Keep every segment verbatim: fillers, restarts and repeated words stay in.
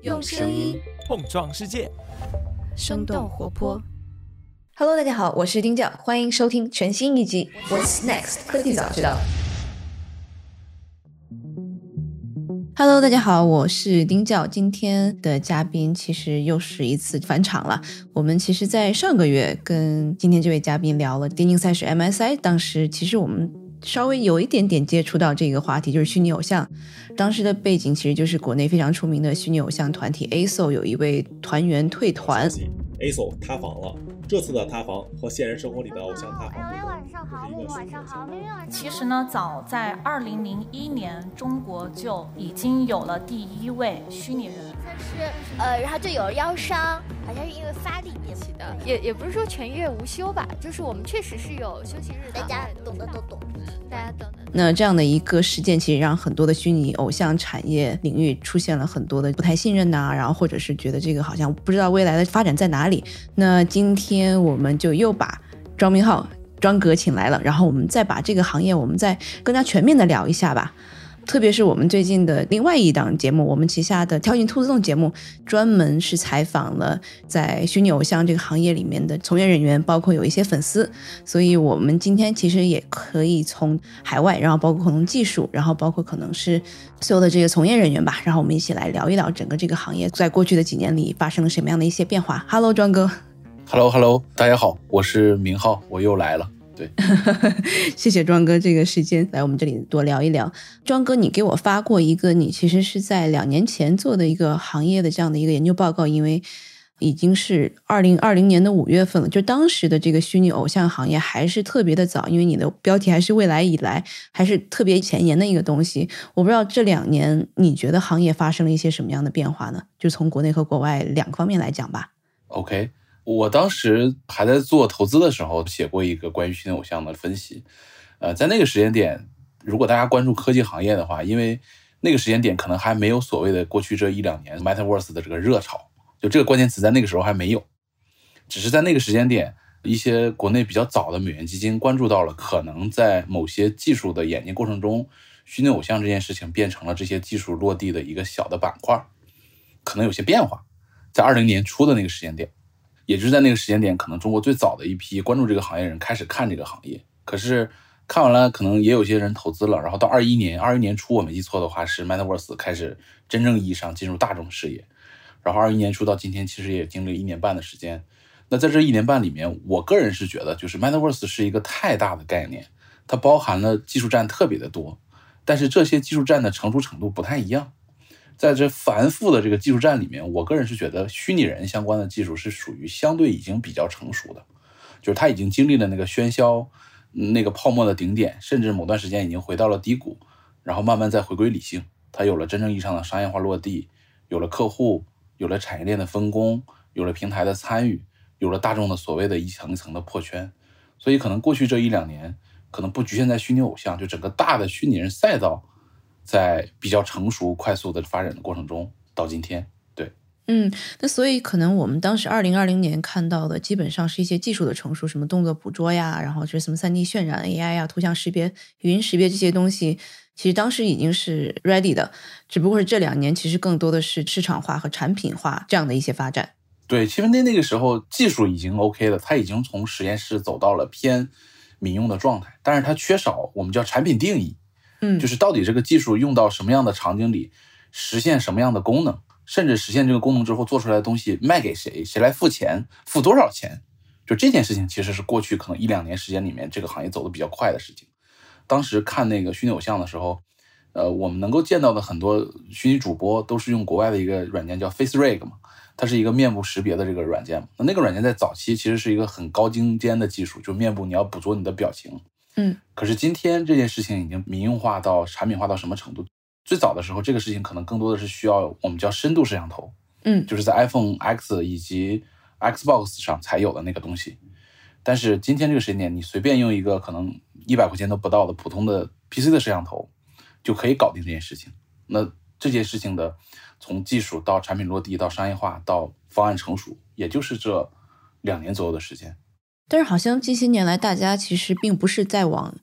用声音碰撞世界， 生动活泼。 Hello， 大家好，我是丁教，欢迎收听全新一集 What's Next 科技早知道。Hello， 大家好，我是丁教。今天的嘉宾其实又是一次返场了。我们其实在上个月跟今天这位嘉宾聊了电竞赛事 M S I， 当时其实我们稍微有一点点接触到这个话题，就是虚拟偶像。当时的背景其实就是国内非常出名的虚拟偶像团体 A S O 有一位团员退团。 A S O 塌房了，这次的塌房和现实生活里的偶像塌房。 微微晚上好，微微晚上好，微微晚上好。 其实呢，早在二零零一年，中国就已经有了第一位虚拟人。 但是呃，然后就有了腰伤，好像是因为发力引起的，也也不是说全月无休吧，就是我们确实是有休息日的，大家懂得都懂，大家懂得。 那这样的一个事件，其实让很多的虚拟偶像产业领域出现了很多的不太信任呐、啊，然后或者是觉得这个好像不知道未来的发展在哪里。那今天我们就又把庄明浩庄哥请来了，然后我们再把这个行业我们再更加全面的聊一下吧。特别是我们最近的另外一档节目，我们旗下的跳进兔子洞节目，专门是采访了在虚拟偶像这个行业里面的从业人员，包括有一些粉丝。所以我们今天其实也可以从海外，然后包括可能技术，然后包括可能是所有的这个从业人员吧，然后我们一起来聊一聊整个这个行业在过去的几年里发生了什么样的一些变化。 Hello 庄哥。 Hello Hello 大家好，我是明浩，我又来了。对谢谢庄哥这个时间来我们这里多聊一聊。庄哥，你给我发过一个你其实是在两年前做的一个行业的这样的一个研究报告，因为已经是二零二零年的五月份了，就当时的这个虚拟偶像行业还是特别的早，因为你的标题还是未来以来，还是特别前沿的一个东西。我不知道这两年你觉得行业发生了一些什么样的变化呢？就从国内和国外两个方面来讲吧。 OK，我当时还在做投资的时候写过一个关于虚拟偶像的分析。呃，在那个时间点，如果大家关注科技行业的话，因为那个时间点可能还没有所谓的过去这一两年 Metaverse 的这个热潮，就这个关键词在那个时候还没有，只是在那个时间点，一些国内比较早的美元基金关注到了可能在某些技术的演进过程中，虚拟偶像这件事情变成了这些技术落地的一个小的板块，可能有些变化。在二零年初的那个时间点，也就是在那个时间点，可能中国最早的一批关注这个行业人开始看这个行业，可是看完了可能也有些人投资了，然后到二一年二一年初我没记错的话是 Metaverse 开始真正意义上进入大众视野，然后二一年初到今天其实也经历了一年半的时间。那在这一年半里面，我个人是觉得就是 Metaverse 是一个太大的概念，它包含了技术栈特别的多，但是这些技术栈的成熟程度不太一样。在这繁复的这个技术栈里面，我个人是觉得虚拟人相关的技术是属于相对已经比较成熟的，就是它已经经历了那个喧嚣那个泡沫的顶点，甚至某段时间已经回到了低谷，然后慢慢再回归理性，它有了真正意义上的商业化落地，有了客户，有了产业链的分工，有了平台的参与，有了大众的所谓的一层一层的破圈。所以可能过去这一两年可能不局限在虚拟偶像，就整个大的虚拟人赛道在比较成熟快速的发展的过程中到今天。对， 嗯，那所以可能我们当时二零二零年看到的基本上是一些技术的成熟，什么动作捕捉呀，然后是什么 三 D 渲染 A I 呀，图像识别语音识别这些东西，其实当时已经是 ready 的，只不过是这两年其实更多的是市场化和产品化这样的一些发展。 对，其实那那个时候技术已经 OK 了，它已经从实验室走到了偏民用的状态，但是它缺少我们叫产品定义， 嗯， 就是到底这个技术用到什么样的场景里，实现什么样的功能，甚至实现这个功能之后做出来的东西卖给谁，谁来付钱，付多少钱，就这件事情其实是过去可能一两年时间里面这个行业走得比较快的事情。当时看那个虚拟偶像的时候，呃，我们能够见到的很多虚拟主播都是用国外的一个软件叫 FaceRig 嘛，它是一个面部识别的这个软件。那那个软件在早期其实是一个很高精尖的技术，就面部你要捕捉你的表情。 嗯， 可是今天这件事情已经民用化到产品化到什么程度？最早的时候，这个事情可能更多的是需要我们叫深度摄像头， 嗯， 就是在 iPhone X 以及 Xbox 上才有的那个东西。但是今天这个时间点，你随便用一个可能一百块钱都不到的普通的 P C 的摄像头，就可以搞定这件事情。那这件事情的从技术到产品落地到商业化到方案成熟，也就是这两年左右的时间。 但是好像近些年来大家其实并不是在往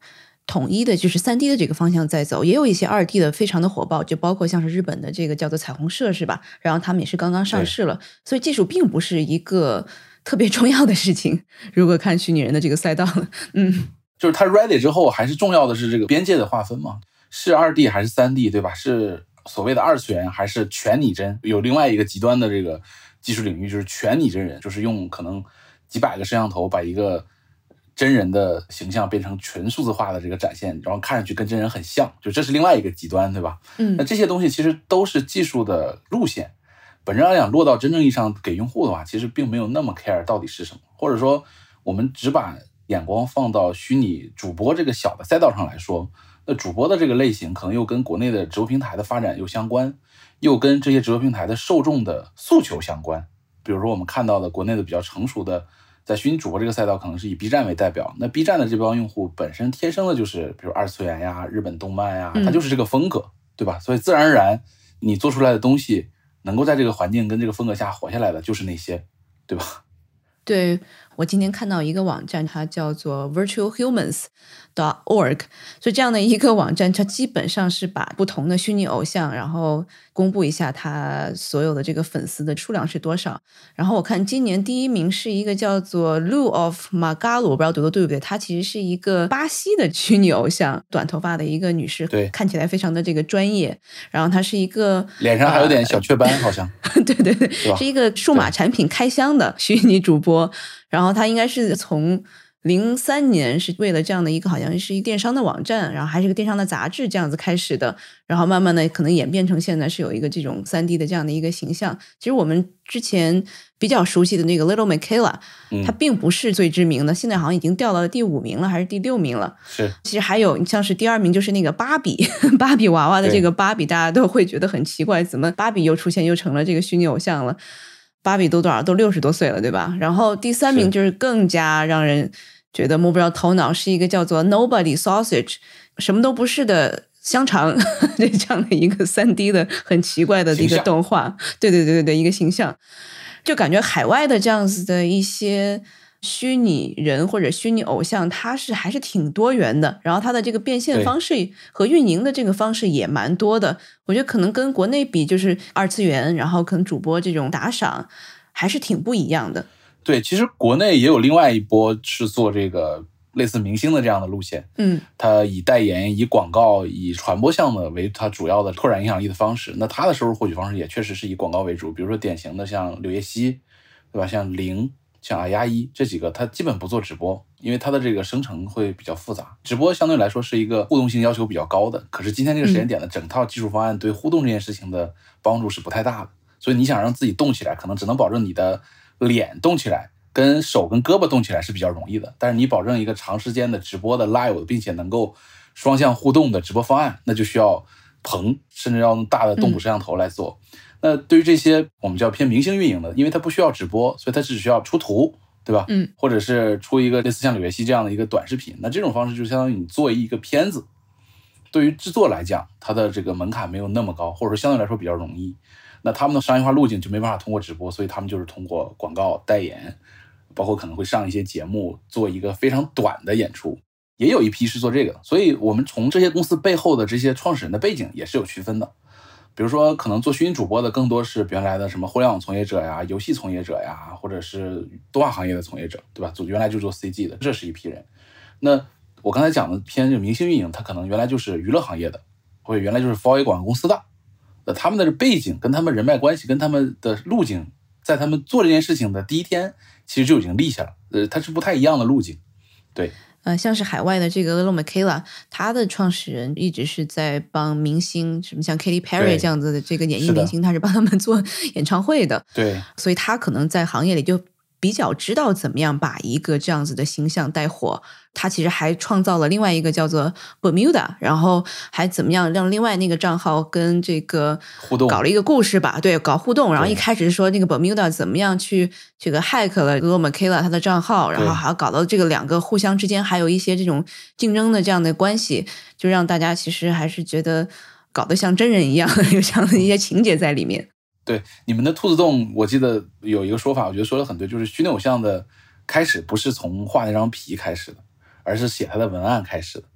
统一的就是 三 D 的这个方向在走，也有一些 二 D 的非常的火爆，就包括像是日本的这个叫做彩虹社是吧，然后他们也是刚刚上市了，所以技术并不是一个特别重要的事情，如果看虚拟人的这个赛道嗯， 就是它 ready 之后还是重要的是这个边界的划分嘛，是 二 D 还是 三 D 对吧，是所谓的二次元还是全拟真，有另外一个极端的这个技术领域就是全拟真人，就是用可能几百个摄像头把一个真人的形象变成纯数字化的这个展现，然后看上去跟真人很像，就这是另外一个极端对吧。 嗯， 那这些东西其实都是技术的路线，本质上讲落到真正意义上给用户的话，其实并没有那么 care 到底是什么，或者说我们只把眼光放到虚拟主播这个小的赛道上来说，那主播的这个类型可能又跟国内的直播平台的发展又相关，又跟这些直播平台的受众的诉求相关。比如说我们看到的国内的比较成熟的在虚拟主播这个赛道可能是以 B 站为代表，那 B 站的这帮用户本身天生的就是比如二次元呀、日本动漫呀，它就是这个风格、嗯、对吧，所以自然而然你做出来的东西能够在这个环境跟这个风格下活下来的就是那些，对吧。 对，我今天看到一个网站，它叫做 virtual humans dot org， 所以这样的一个网站，它基本上是把不同的虚拟偶像，然后公布一下它所有的这个粉丝的数量是多少。然后我看今年第一名是一个叫做 Lu of Magalu， 我不知道读的对不对，它其实是一个巴西的虚拟偶像，短头发的一个女士， 对， 看起来非常的这个专业。然后她是一个脸上还有点小雀斑、呃、好像对对对，是一个数码产品开箱的虚拟主播。然后他应该是从零三年是为了这样的一个好像是一个电商的网站，然后还是一个电商的杂志这样子开始的，然后慢慢的可能演变成现在是有一个这种 三 D 的这样的一个形象。其实我们之前比较熟悉的那个 Little Michaela、嗯、他并不是最知名的，现在好像已经掉到第五名了还是第六名了。 是， 其实还有像是第二名就是那个芭比芭比娃娃的这个芭比，大家都会觉得很奇怪，怎么芭比又出现又成了这个虚拟偶像了，芭比都多少都六十多岁了对吧。然后第三名就是更加让人觉得摸不着头脑，是一个叫做 Nobody Sausage 什么都不是的香肠这样的一个 三 D 的很奇怪的一个动画，对对对对对，一个形象。就感觉海外的这样子的一些虚拟人或者虚拟偶像，它是还是挺多元的，然后它的这个变现方式和运营的这个方式也蛮多的。我觉得可能跟国内比，就是二次元，然后可能主播这种打赏还是挺不一样的。 对，其实国内也有另外一波是做这个类似明星的这样的路线， 嗯， 它以代言、以广告、以传播项目为它主要的拓展影响力的方式。那它的收入获取方式也确实是以广告为主，比如说典型的像柳叶熙，对吧？像零。像阿丫一这几个，它基本不做直播，因为它的这个生成会比较复杂。直播相对来说是一个互动性要求比较高的，可是今天这个时间点的整套技术方案对互动这件事情的帮助是不太大的，所以你想让自己动起来，可能只能保证你的脸动起来，跟手跟胳膊动起来是比较容易的，但是你保证一个长时间的直播的 live， 并且能够双向互动的直播方案，那就需要棚，甚至要用大的动捕摄像头来做。嗯，那对于这些我们叫偏明星运营的，因为它不需要直播，所以它只需要出图，对吧？ 嗯， 或者是出一个类似像柳叶熙这样的一个短视频，那这种方式就相当于你做一个片子，对于制作来讲，它的这个门槛没有那么高，或者说相对来说比较容易。那他们的商业化路径就没办法通过直播，所以他们就是通过广告代言，包括可能会上一些节目，做一个非常短的演出。也有一批是做这个，所以我们从这些公司背后的这些创始人的背景也是有区分的。比如说可能做虚拟主播的更多是原来的什么互联网从业者呀、游戏从业者呀，或者是动画行业的从业者，对吧？原来就做 C G 的，这是一批人。那我刚才讲的偏这个明星运营，他可能原来就是娱乐行业的，或者原来就是 四 A 广告公司的，那他们的背景跟他们人脉关系跟他们的路径，在他们做这件事情的第一天其实就已经立下了，呃，它是不太一样的路径。对， 呃，像是海外的这个 Little Michaela， 他的创始人一直是在帮明星，什么像 Katy Perry 这样子的这个演艺明星，他是帮他们做演唱会的。 对， 所以他可能在行业里就比较知道怎么样把一个这样子的形象带火。他其实还创造了另外一个叫做 Bermuda， 然后还怎么样让另外那个账号跟这个互动， 搞了一个故事吧，对，搞互动。然后一开始是说那个 Bermuda 怎么样去这个 hack 了 Little Michaela 他的账号，然后还搞到这个两个互相之间还有一些这种竞争的这样的关系，就让大家其实还是觉得搞得像真人一样，有这样的一些情节在里面。 对，你们的兔子洞我记得有一个说法，我觉得说的很对，就是虚拟偶像的开始不是从画那张皮开始的，而是写他的文案开始的。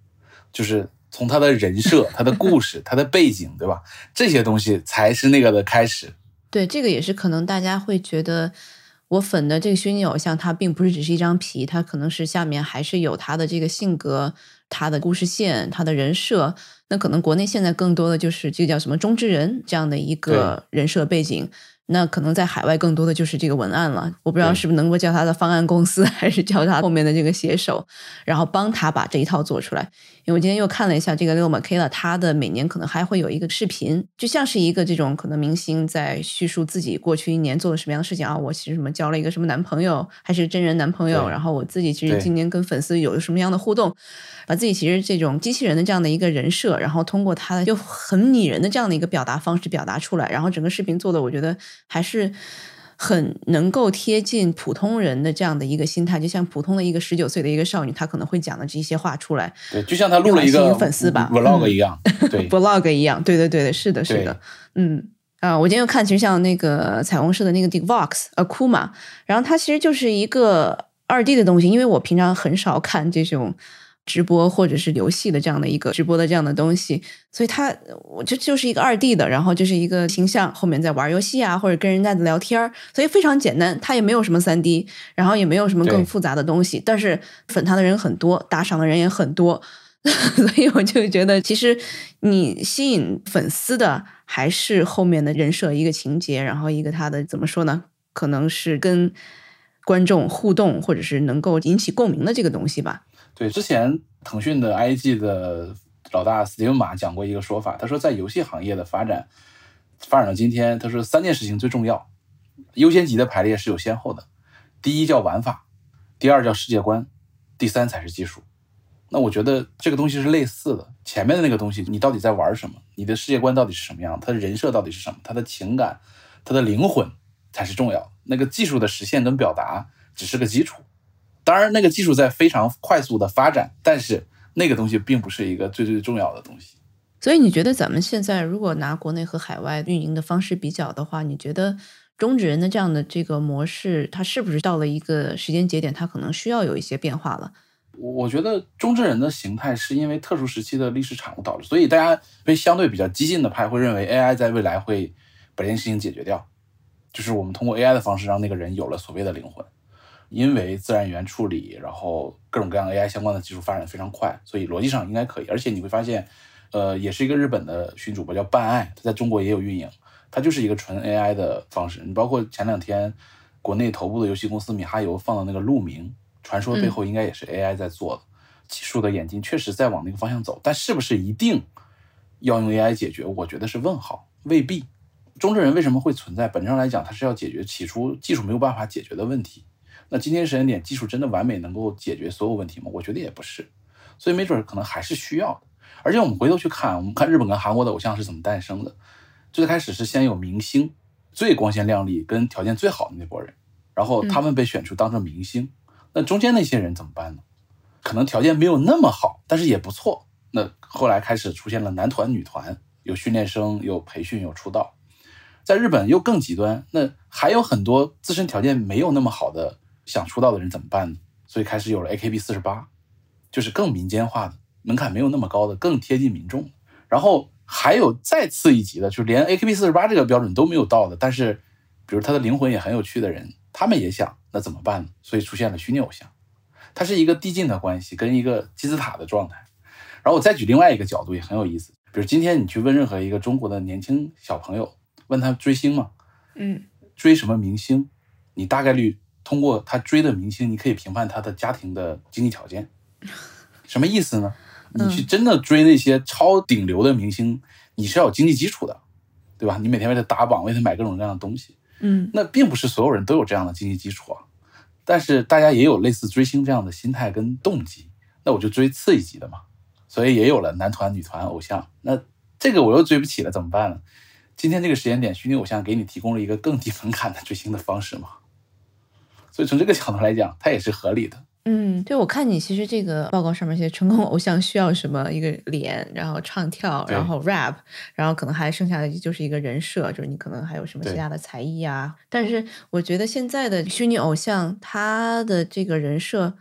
就是从他的人设、他的故事、他的背景，对吧？这些东西才是那个的开始。 对，这个也是可能大家会觉得我粉的这个虚拟偶像，他并不是只是一张皮，他可能是下面还是有他的这个性格、他的故事线、他的人设。那可能国内现在更多的就是这个叫什么中之人这样的一个人设背景。那可能在海外更多的就是这个文案了，我不知道是不是能够叫他的方案公司，还是叫他后面的这个写手，然后帮他把这一套做出来。因为我今天又看了一下这个 Leo Michaela， 他的每年可能还会有一个视频，就像是一个这种可能明星在叙述自己过去一年做了什么样的事情啊，我其实什么交了一个什么男朋友，还是真人男朋友，然后我自己其实今年跟粉丝有了什么样的互动，把自己其实这种机器人的这样的一个人设，然后通过他的就很拟人的这样的一个表达方式表达出来，然后整个视频做的我觉得还是很能够贴近普通人的这样的一个心态，就像普通的一个十九岁的一个少女，她可能会讲的这些话出来。 对，就像她录了一个粉丝吧 vlog 一样，嗯、对 vlog 一样，对对对，是的，是的，嗯啊、呃，我今天又看，其实像那个彩虹社的那个 Vox Akuma， 然后它其实就是一个二 D 的东西，因为我平常很少看这种直播或者是游戏的这样的一个直播的这样的东西，所以它我就就是一个二 D 的，然后就是一个形象后面在玩游戏啊，或者跟人家的聊天，所以非常简单，它也没有什么 三 D， 然后也没有什么更复杂的东西，但是粉它的人很多，打赏的人也很多，所以我就觉得其实你吸引粉丝的还是后面的人设一个情节，然后一个他的怎么说呢，可能是跟观众互动或者是能够引起共鸣的这个东西吧。 对，之前腾讯的 I G 的老大史蒂文马讲过一个说法，他说在游戏行业的发展发展到今天，他说三件事情最重要，优先级的排列是有先后的，第一叫玩法，第二叫世界观，第三才是技术。那我觉得这个东西是类似的，前面的那个东西你到底在玩什么，你的世界观到底是什么样，他的人设到底是什么，他的情感，他的灵魂才是重要的，那个技术的实现跟表达只是个基础。当然那个技术在非常快速的发展，但是那个东西并不是一个最最重要的东西。 所以你觉得咱们现在如果拿国内和海外运营的方式比较的话，你觉得中职人的这样的这个模式，它是不是到了一个时间节点，它可能需要有一些变化了？ 我觉得中之人的形态是因为特殊时期的历史产物导致，所以大家被相对比较激进的派会认为 A I 在未来会把这件事情解决掉，就是我们通过 A I 的方式让那个人有了所谓的灵魂。因为自然语言处理，然后各种各样 A I 相关的技术发展非常快，所以逻辑上应该可以。而且你会发现，呃，也是一个日本的虚拟主播叫半爱，他在中国也有运营，它就是一个纯 A I 的方式。你包括前两天国内头部的游戏公司米哈游放的那个鹿鸣，传说背后应该也是 A I 在做的。嗯、技术的演进确实在往那个方向走，但是不是一定要用 A I 解决？我觉得是问号，未必。中之人为什么会存在？本质上来讲，它是要解决起初技术没有办法解决的问题。那今天时间点技术真的完美能够解决所有问题吗？我觉得也不是，所以没准可能还是需要的。而且我们回头去看，我们看日本跟韩国的偶像是怎么诞生的。最开始是先有明星，最光鲜亮丽跟条件最好的那波人，然后他们被选出当成明星、嗯、那中间那些人怎么办呢？可能条件没有那么好，但是也不错。那后来开始出现了男团女团，有训练生，有培训，有出道。在日本又更极端，那还有很多自身条件没有那么好的想出道的人怎么办呢？所以开始有了 A K B 四十八， 就是更民间化的，门槛没有那么高的，更贴近民众。然后还有再次一级的，就是连 A K B 四十八 这个标准都没有到的，但是比如他的灵魂也很有趣的人，他们也想那怎么办呢？所以出现了虚拟偶像，它是一个递进的关系，跟一个金字塔的状态。然后我再举另外一个角度也很有意思，比如今天你去问任何一个中国的年轻小朋友，问他追星吗？ 嗯， 追什么明星？你大概率通过他追的明星，你可以评判他的家庭的经济条件。什么意思呢？你去真的追那些超顶流的明星，你是要有经济基础的，对吧？你每天为他打榜，为他买各种各样的东西。 嗯， 那并不是所有人都有这样的经济基础啊，但是大家也有类似追星这样的心态跟动机。那我就追次一级的嘛，所以也有了男团、女团、偶像。那这个我又追不起了，怎么办呢？今天这个时间点，虚拟偶像给你提供了一个更低门槛的追星的方式嘛，所以从这个角度来讲，它也是合理的。 嗯，对，我看你其实这个报告上面写成功偶像需要什么一个脸，然后唱跳，然后 rap， 然后可能还剩下的就是一个人设，就是你可能还有什么其他的才艺啊。但是我觉得现在的虚拟偶像，他的这个人设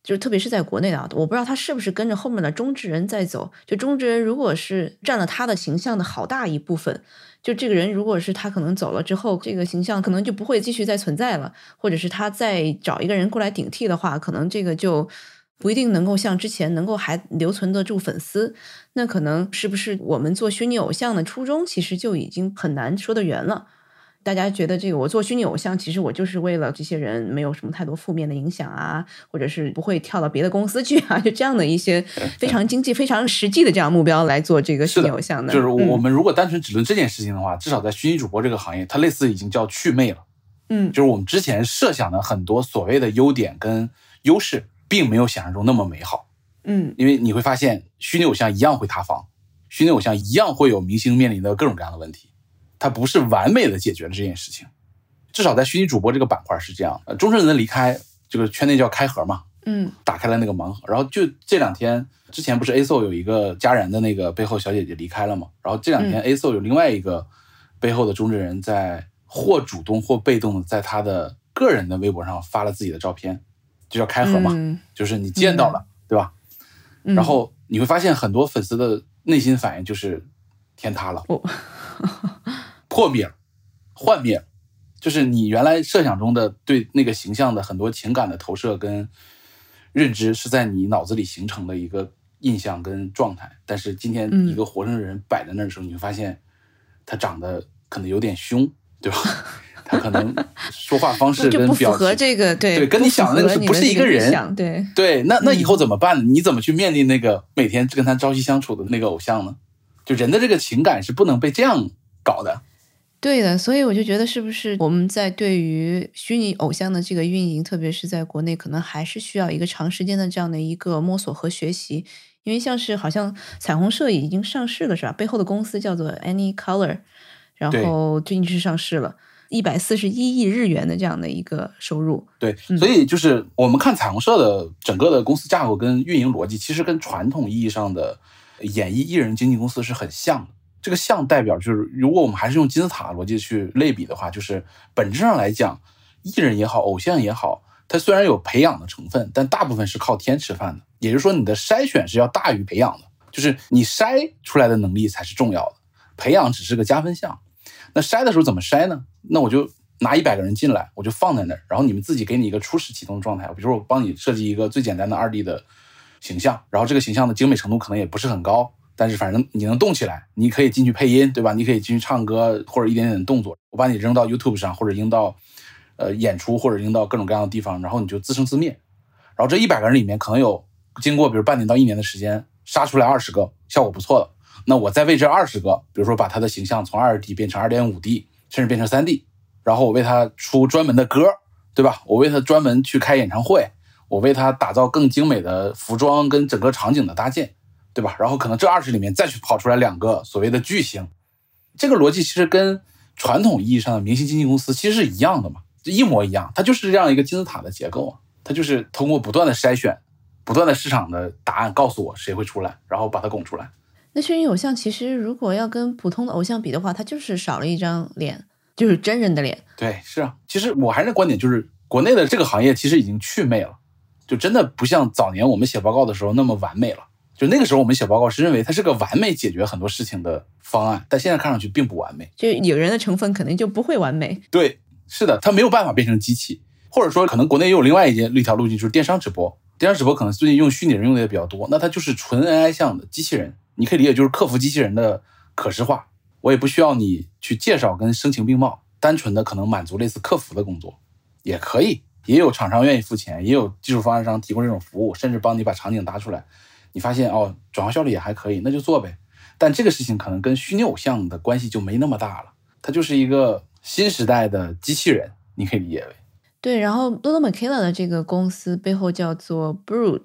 就是特别是在国内的啊，我不知道他是不是跟着后面的中之人在走。就中之人如果是占了他的形象的好大一部分，就这个人如果是他可能走了之后，这个形象可能就不会继续再存在了，或者是他再找一个人过来顶替的话，可能这个就不一定能够像之前能够还留存得住粉丝。那可能是不是我们做虚拟偶像的初衷其实就已经很难说得圆了。大家觉得这个我做虚拟偶像，其实我就是为了这些人没有什么太多负面的影响啊，或者是不会跳到别的公司去啊，就这样的一些非常经济非常实际的这样目标来做这个虚拟偶像的。 就是我们如果单纯只论这件事情的话、嗯、至少在虚拟主播这个行业，它类似已经叫祛魅了。 嗯， 就是我们之前设想的很多所谓的优点跟优势并没有想象中那么美好。 嗯， 因为你会发现虚拟偶像一样会塌房，虚拟偶像一样会有明星面临的各种各样的问题，它不是完美的解决了这件事情。至少在虚拟主播这个板块是这样。呃，中之人的离开，这个圈内叫开盒嘛， 嗯， 打开了那个盲盒。然后就这两天之前不是 A S O 有一个佳然的那个背后小姐姐离开了嘛，然后这两天 A S O 有另外一个背后的中之人在或主动或被动的在他的个人的微博上发了自己的照片，就叫开盒嘛， 嗯、 就是你见到了、嗯、对吧、嗯、然后你会发现很多粉丝的内心反应就是天塌了、 哦、 破灭了，幻灭了，就是你原来设想中的对那个形象的很多情感的投射跟认知是在你脑子里形成的一个印象跟状态，但是今天一个活生生的人摆在那儿的时候、嗯、你会发现他长得可能有点凶，对吧？他可能说话方式跟表情就不符合这个，对对，跟你想的那个不是一个人， 对对，那那以后怎么办呢？你怎么去面临那个每天跟他朝夕相处的那个偶像呢？就人的这个情感是不能被这样搞的。 对的，所以我就觉得是不是我们在对于虚拟偶像的这个运营，特别是在国内，可能还是需要一个长时间的这样的一个摸索和学习。因为像是好像彩虹社已经上市了是吧？背后的公司叫做 AnyColor， 然后最近是上市了，一百四十一亿日元的这样的一个收入。 对，所以就是我们看彩虹社的整个的公司架构跟运营逻辑，其实跟传统意义上的演艺艺人经纪公司是很像的。这个像代表就是，如果我们还是用金字塔逻辑去类比的话，就是本质上来讲，艺人也好，偶像也好，它虽然有培养的成分，但大部分是靠天吃饭的。也就是说，你的筛选是要大于培养的，就是你筛出来的能力才是重要的，培养只是个加分项。那筛的时候怎么筛呢？那我就拿一百个人进来，我就放在那儿，然后你们自己给你一个初始启动状态，比如说我帮你设计一个最简单的 二 D 的形象，然后这个形象的精美程度可能也不是很高，但是反正你能动起来，你可以进去配音，对吧？你可以进去唱歌或者一点点的动作，我把你扔到 YouTube 上，或者扔到呃演出，或者扔到各种各样的地方，然后你就自生自灭。然后这一百个人里面可能有经过比如半年到一年的时间杀出来二十个效果不错的，那我再为这二十个，比如说把他的形象从 二 D 变成 二点五 D， 甚至变成 三 D， 然后我为他出专门的歌，对吧？我为他专门去开演唱会，我为他打造更精美的服装跟整个场景的搭建，对吧？然后可能这二十里面再去跑出来两个所谓的巨星，这个逻辑其实跟传统意义上的明星经纪公司其实是一样的嘛，一模一样，它就是这样一个金字塔的结构啊，它就是通过不断的筛选，不断的市场的答案告诉我谁会出来，然后把它拱出来。 那虚拟偶像其实如果要跟普通的偶像比的话，它就是少了一张脸，就是真人的脸。 对，是啊，其实我还是观点，就是国内的这个行业其实已经祛魅了，就真的不像早年我们写报告的时候那么完美了。就那个时候我们写报告是认为它是个完美解决很多事情的方案，但现在看上去并不完美， 就有人的成分可能就不会完美。 对，是的，它没有办法变成机器，或者说可能国内也有另外一件一条路径，就是电商直播。电商直播可能最近用虚拟人用的也比较多，那它就是纯 A I 向的机器人，你可以理解就是客服机器人的可视化，我也不需要你去介绍跟声情并茂，单纯的可能满足类似客服的工作也可以，也有厂商愿意付钱，也有技术方案商提供这种服务，甚至帮你把场景搭出来，你发现哦转化效率也还可以，那就做呗。但这个事情可能跟虚拟偶像的关系就没那么大了，它就是一个新时代的机器人，你可以理解为。 对，然后 Lulu Michaela 的这个公司背后叫做 Brood，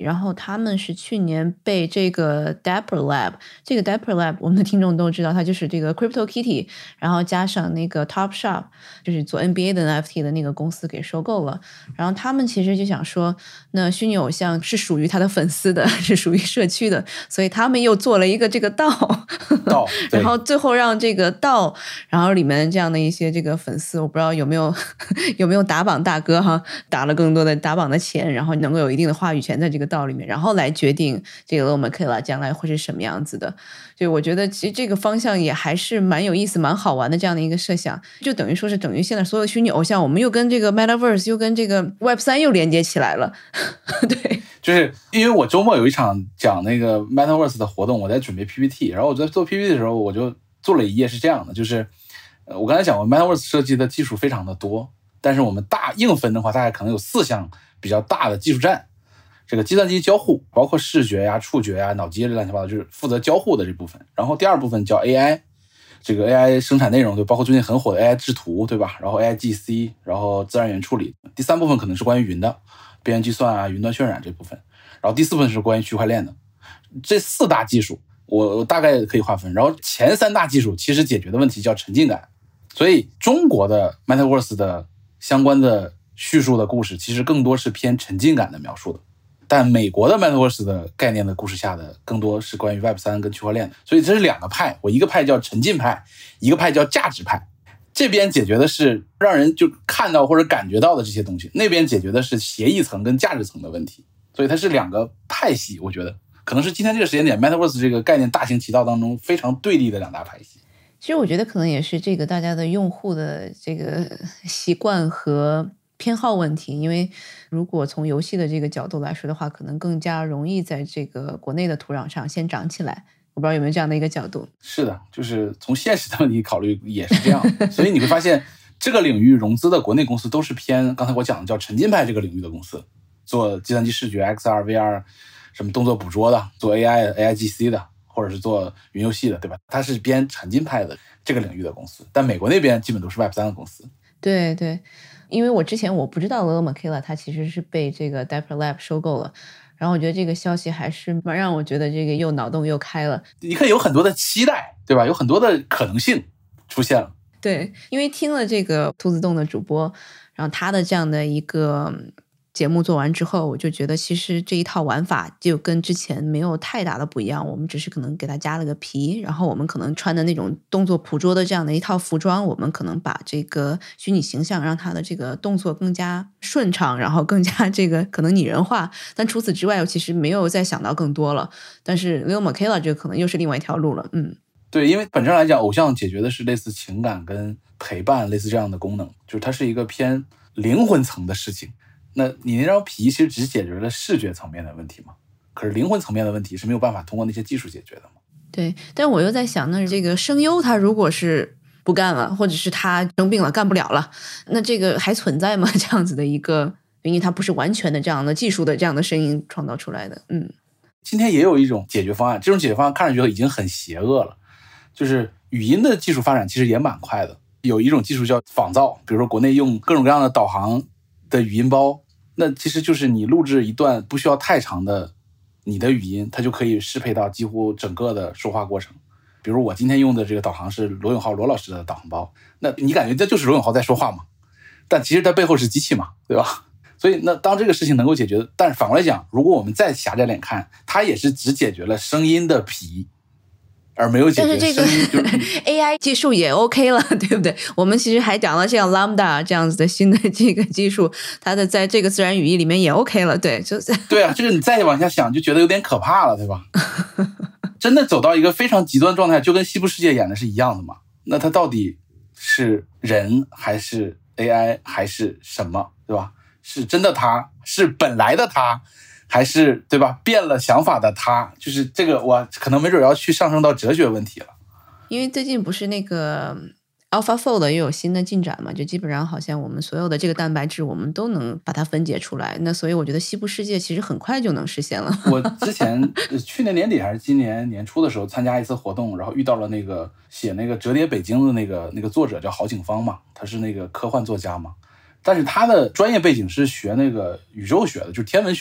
然后他们是去年被这个 Dapper Lab， 这个 Dapper Lab 我们的听众都知道，它就是这个 CryptoKitty， 然后加上那个 Topshop， 就是做 N B A 的 N F T 的那个公司给收购了。然后他们其实就想说，那虚拟偶像是属于他的粉丝的，是属于社区的，所以他们又做了一个这个道， 道然后最后让这个道，然后里面这样的一些这个粉丝，我不知道有没有有没有打榜大哥哈，打了更多的打榜的钱，然后能够有一定的话语权在这个道里面，然后来决定这个 Lil Miquela 将来会是什么样子的。所以我觉得其实这个方向也还是蛮有意思蛮好玩的这样的一个设想，就等于说是等于现在所有虚拟偶像我们又跟这个 Metaverse 又跟这个 Web 三 又连接起来了。对， 就是因为我周末有一场讲那个 Metaverse 的活动，我在准备 P P T， 然后我在做 P P T 的时候我就做了一页是这样的，就是我刚才讲过 Metaverse 设计的技术非常的多，但是我们大硬分的话大概可能有四项比较大的技术站，这个计算机交互包括视觉呀、触觉呀、脑机这乱七八糟，就是负责交互的这部分。然后第二部分叫 A I， 这个 A I 生产内容就包括最近很火的 A I 制图，对吧？然后 A I G C， 然后自然语言处理。第三部分可能是关于云的边缘计算啊、云端渲染这部分。然后第四部分是关于区块链的。这四大技术我我大概可以划分，然后前三大技术其实解决的问题叫沉浸感。所以中国的 Metaverse 的相关的叙述的故事其实更多是偏沉浸感的描述的，但美国的 Metaverse 的概念的故事下的更多是关于 Web 三 跟区块链的。所以这是两个派，我一个派叫沉浸派，一个派叫价值派。这边解决的是让人就看到或者感觉到的这些东西，那边解决的是协议层跟价值层的问题。所以它是两个派系，我觉得可能是今天这个时间点 Metaverse 这个概念大行其道当中非常对立的两大派系。 其实我觉得可能也是这个大家的用户的这个习惯和偏好问题，因为如果从游戏的这个角度来说的话，可能更加容易在这个国内的土壤上先长起来。我不知道有没有这样的一个角度。 是的，就是从现实的问题考虑也是这样。所以你会发现这个领域融资的国内公司都是偏刚才我讲的叫沉浸派这个领域的公司，做计算机视觉 X R V R 什么动作捕捉的，做 A I A I G C 的，或者是做云游戏的，对吧？它是偏沉浸派的这个领域的公司，但美国那边基本都是 Web 三 的公司。 对对，因为我之前我不知道 Lil Miquela 他其实是被这个 Dapper Lab 收购了，然后我觉得这个消息还是蛮让我觉得这个又脑洞又开了。 你可以有很多的期待，对吧？有很多的可能性出现了。 对，因为听了这个兔子洞的主播，然后他的这样的一个节目做完之后，我就觉得其实这一套玩法就跟之前没有太大的不一样，我们只是可能给它加了个皮，然后我们可能穿的那种动作捕捉的这样的一套服装，我们可能把这个虚拟形象让它的这个动作更加顺畅，然后更加这个可能拟人化，但除此之外我其实没有再想到更多了。但是 Lil Miquela 这个可能又是另外一条路了。嗯， 对，因为本质上来讲偶像解决的是类似情感跟陪伴类似这样的功能，就是它是一个偏灵魂层的事情。那你那张皮其实只解决了视觉层面的问题嘛，可是灵魂层面的问题是没有办法通过那些技术解决的嘛。 对，但我又在想，那这个声优他如果是不干了，或者是他生病了干不了了，那这个还存在吗？这样子的一个，因为它不是完全的这样的技术的这样的声音创造出来的。嗯， 今天也有一种解决方案，这种解决方案看上去已经很邪恶了，就是语音的技术发展其实也蛮快的。有一种技术叫仿造，比如说国内用各种各样的导航的语音包，那其实就是你录制一段不需要太长的你的语音，它就可以适配到几乎整个的说话过程。比如我今天用的这个导航是罗永浩罗老师的导航包，那你感觉这就是罗永浩在说话吗？但其实它背后是机器嘛，对吧？所以那当这个事情能够解决，但是反过来讲，如果我们再狭窄点看，它也是只解决了声音的皮，而没有解决声音。但是这个 A I 技术也 OK 了，对不对？我们其实还讲了这样 Lambda 这样子的新的这个技术，它的在这个自然语义里面也 OK 了，对，就是对啊，就是你再往下想就觉得有点可怕了，对吧？真的走到一个非常极端状态，就跟西部世界演的是一样的嘛？那它到底是人还是 A I 还是什么，对吧？是真的他，是本来的他，还是对吧变了想法的他？就是这个我可能没准要去上升到哲学问题了。 因为最近不是那个 AlphaFold 又有新的进展嘛，就基本上好像我们所有的这个蛋白质我们都能把它分解出来，那所以我觉得西部世界其实很快就能实现了。 我之前去年年底还是今年年初的时候参加一次活动，然后遇到了那个写那个折叠北京的那个那个作者叫郝景芳嘛，他是那个科幻作家嘛，但是他的专业背景是学那个宇宙学的，就是天文学的，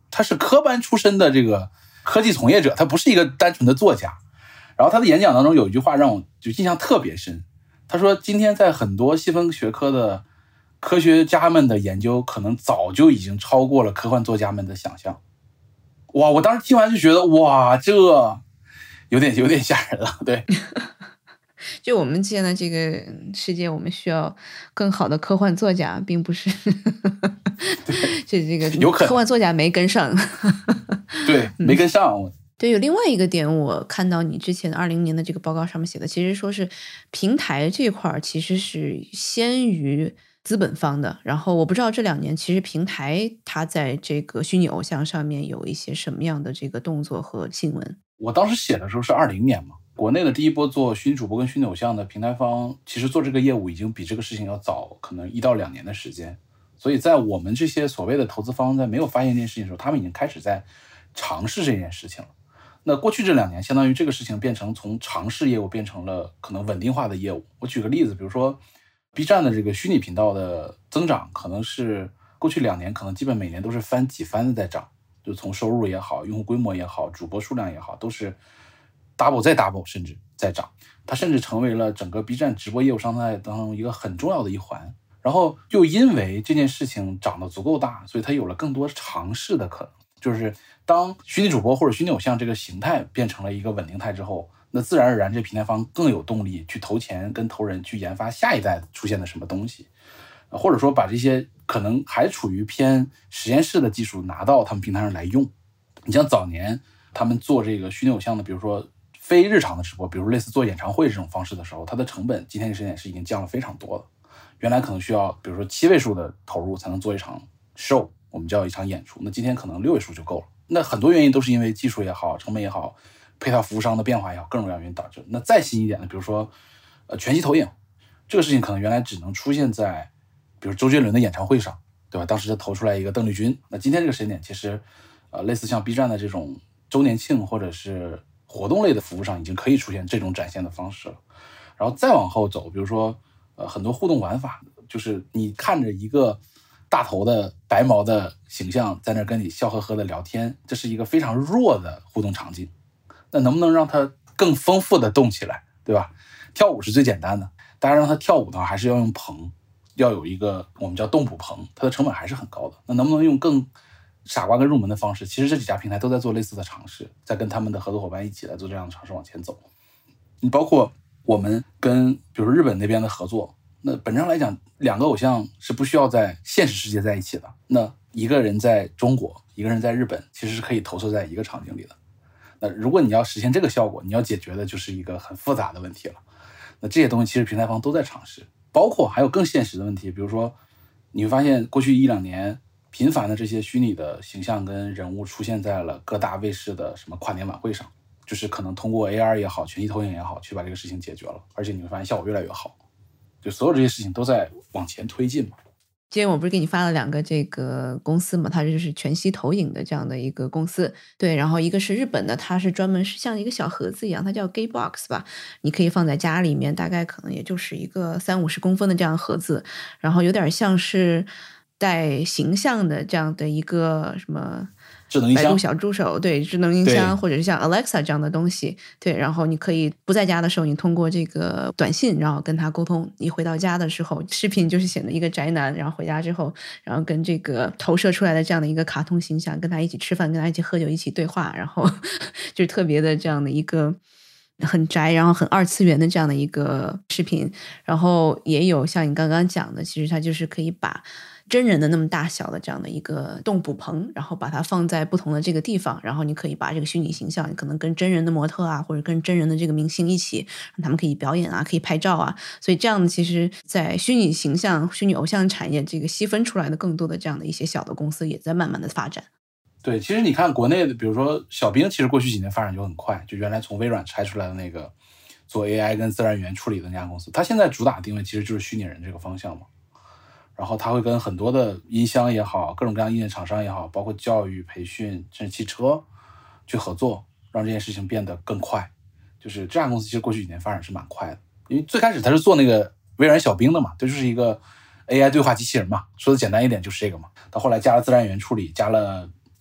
他是科班出身的这个科技从业者，他不是一个单纯的作家。然后他的演讲当中有一句话让我就印象特别深，他说今天在很多细分学科的科学家们的研究可能早就已经超过了科幻作家们的想象。哇，我当时听完就觉得哇，这有点有点吓人了。对， 就我们现在这个世界，我们需要更好的科幻作家，并不是这这个有可能科幻作家没跟上。 对，没跟上。 嗯对，有另外一个点，我看到你之前二零年的这个报告上面写的，其实说是平台这块其实是先于资本方的。然后我不知道这两年其实平台它在这个虚拟偶像上面有一些什么样的这个动作和新闻。 我当时写的时候是二零年嘛，国内的第一波做虚拟主播跟虚拟偶像的平台方，其实做这个业务已经比这个事情要早可能一到两年的时间。所以在我们这些所谓的投资方在没有发现这件事情的时候，他们已经开始在尝试这件事情了。那过去这两年相当于这个事情变成从尝试业务变成了可能稳定化的业务。我举个例子，比如说 B 站的这个虚拟频道的增长可能是过去两年可能基本每年都是翻几番的在涨，就从收入也好，用户规模也好，主播数量也好，都是 double 再 double 甚至在涨。它甚至成为了整个 B 站直播业务生态当中一个很重要的一环。然后又因为这件事情涨得足够大，所以它有了更多尝试的可能。就是当虚拟主播或者虚拟偶像这个形态变成了一个稳定态之后，那自然而然这平台方更有动力去投钱跟投人去研发下一代出现的什么东西，或者说把这些可能还处于偏实验室的技术拿到他们平台上来用。你像早年他们做这个虚拟偶像的，比如说非日常的直播，比如类似做演唱会这种方式的时候，它的成本今天这个时间是已经降了非常多了。原来可能需要比如说七位数的投入才能做一场 show， 我们叫一场演出，那今天可能六位数就够了。那很多原因都是因为技术也好，成本也好，配套服务商的变化也好，各种各样原因导致。那再新一点的，比如说呃全息投影，这个事情可能原来只能出现在比如周杰伦的演唱会上，对吧？当时就投出来一个邓丽君。那今天这个时间点，其实呃类似像 B 站的这种周年庆或者是活动类的服务上，已经可以出现这种展现的方式了。然后再往后走，比如说呃很多互动玩法，就是你看着一个大头的白毛的形象在那跟你笑呵呵的聊天，这是一个非常弱的互动场景。那能不能让它更丰富的动起来，对吧？跳舞是最简单的，大家让它跳舞的话还是要用棚，要有一个我们叫动捕棚，它的成本还是很高的。那能不能用更傻瓜跟入门的方式？其实这几家平台都在做类似的尝试，在跟他们的合作伙伴一起来做这样的尝试往前走。你包括我们跟比如说日本那边的合作，那本质上来讲，两个偶像是不需要在现实世界在一起的。那一个人在中国，一个人在日本，其实是可以投射在一个场景里的。那如果你要实现这个效果，你要解决的就是一个很复杂的问题了。那这些东西其实平台方都在尝试，包括还有更现实的问题，比如说你会发现过去一两年频繁的这些虚拟的形象跟人物出现在了各大卫视的什么跨年晚会上，就是可能通过 A R 也好，全息投影也好，去把这个事情解决了，而且你会发现效果越来越好。就所有这些事情都在往前推进嘛。 今天我不是给你发了两个这个公司嘛，它就是全息投影的这样的一个公司，对，然后一个是日本的，它是专门是像一个小盒子一样，它叫 Gaybox 吧，你可以放在家里面，大概可能也就是一个三五十公分的这样盒子，然后有点像是带形象的这样的一个什么智能音箱、 百度小助手，对，智能音箱或者是像 Alexa 这样的东西，对，然后你可以不在家的时候，你通过这个短信，然后跟他沟通。你回到家的时候，视频就是显得一个宅男，然后回家之后，然后跟这个投射出来的这样的一个卡通形象，跟他一起吃饭，跟他一起喝酒，一起对话，然后就是特别的这样的一个很宅，然后很二次元的这样的一个视频。然后也有像你刚刚讲的，其实它就是可以把真人的那么大小的这样的一个动捕棚，然后把它放在不同的这个地方，然后你可以把这个虚拟形象可能跟真人的模特啊，或者跟真人的这个明星一起，让他们可以表演啊，可以拍照啊。所以这样其实在虚拟形象、虚拟偶像产业这个细分出来的更多的这样的一些小的公司也在慢慢的发展。 对，其实你看国内的，比如说小冰，其实过去几年发展就很快，就原来从微软拆出来的那个做 A I 跟自然语言处理的那家公司，它现在主打定位其实就是虚拟人这个方向嘛。然后他会跟很多的音箱也好，各种各样硬件厂商也好，包括教育培训甚至汽车去合作，让这件事情变得更快。就是这家公司其实过去几年发展是蛮快的，因为最开始他是做那个微软小冰的嘛，这就是一个 A I 对话机器人嘛，说的简单一点就是这个嘛。到后来加了自然语言处理，加了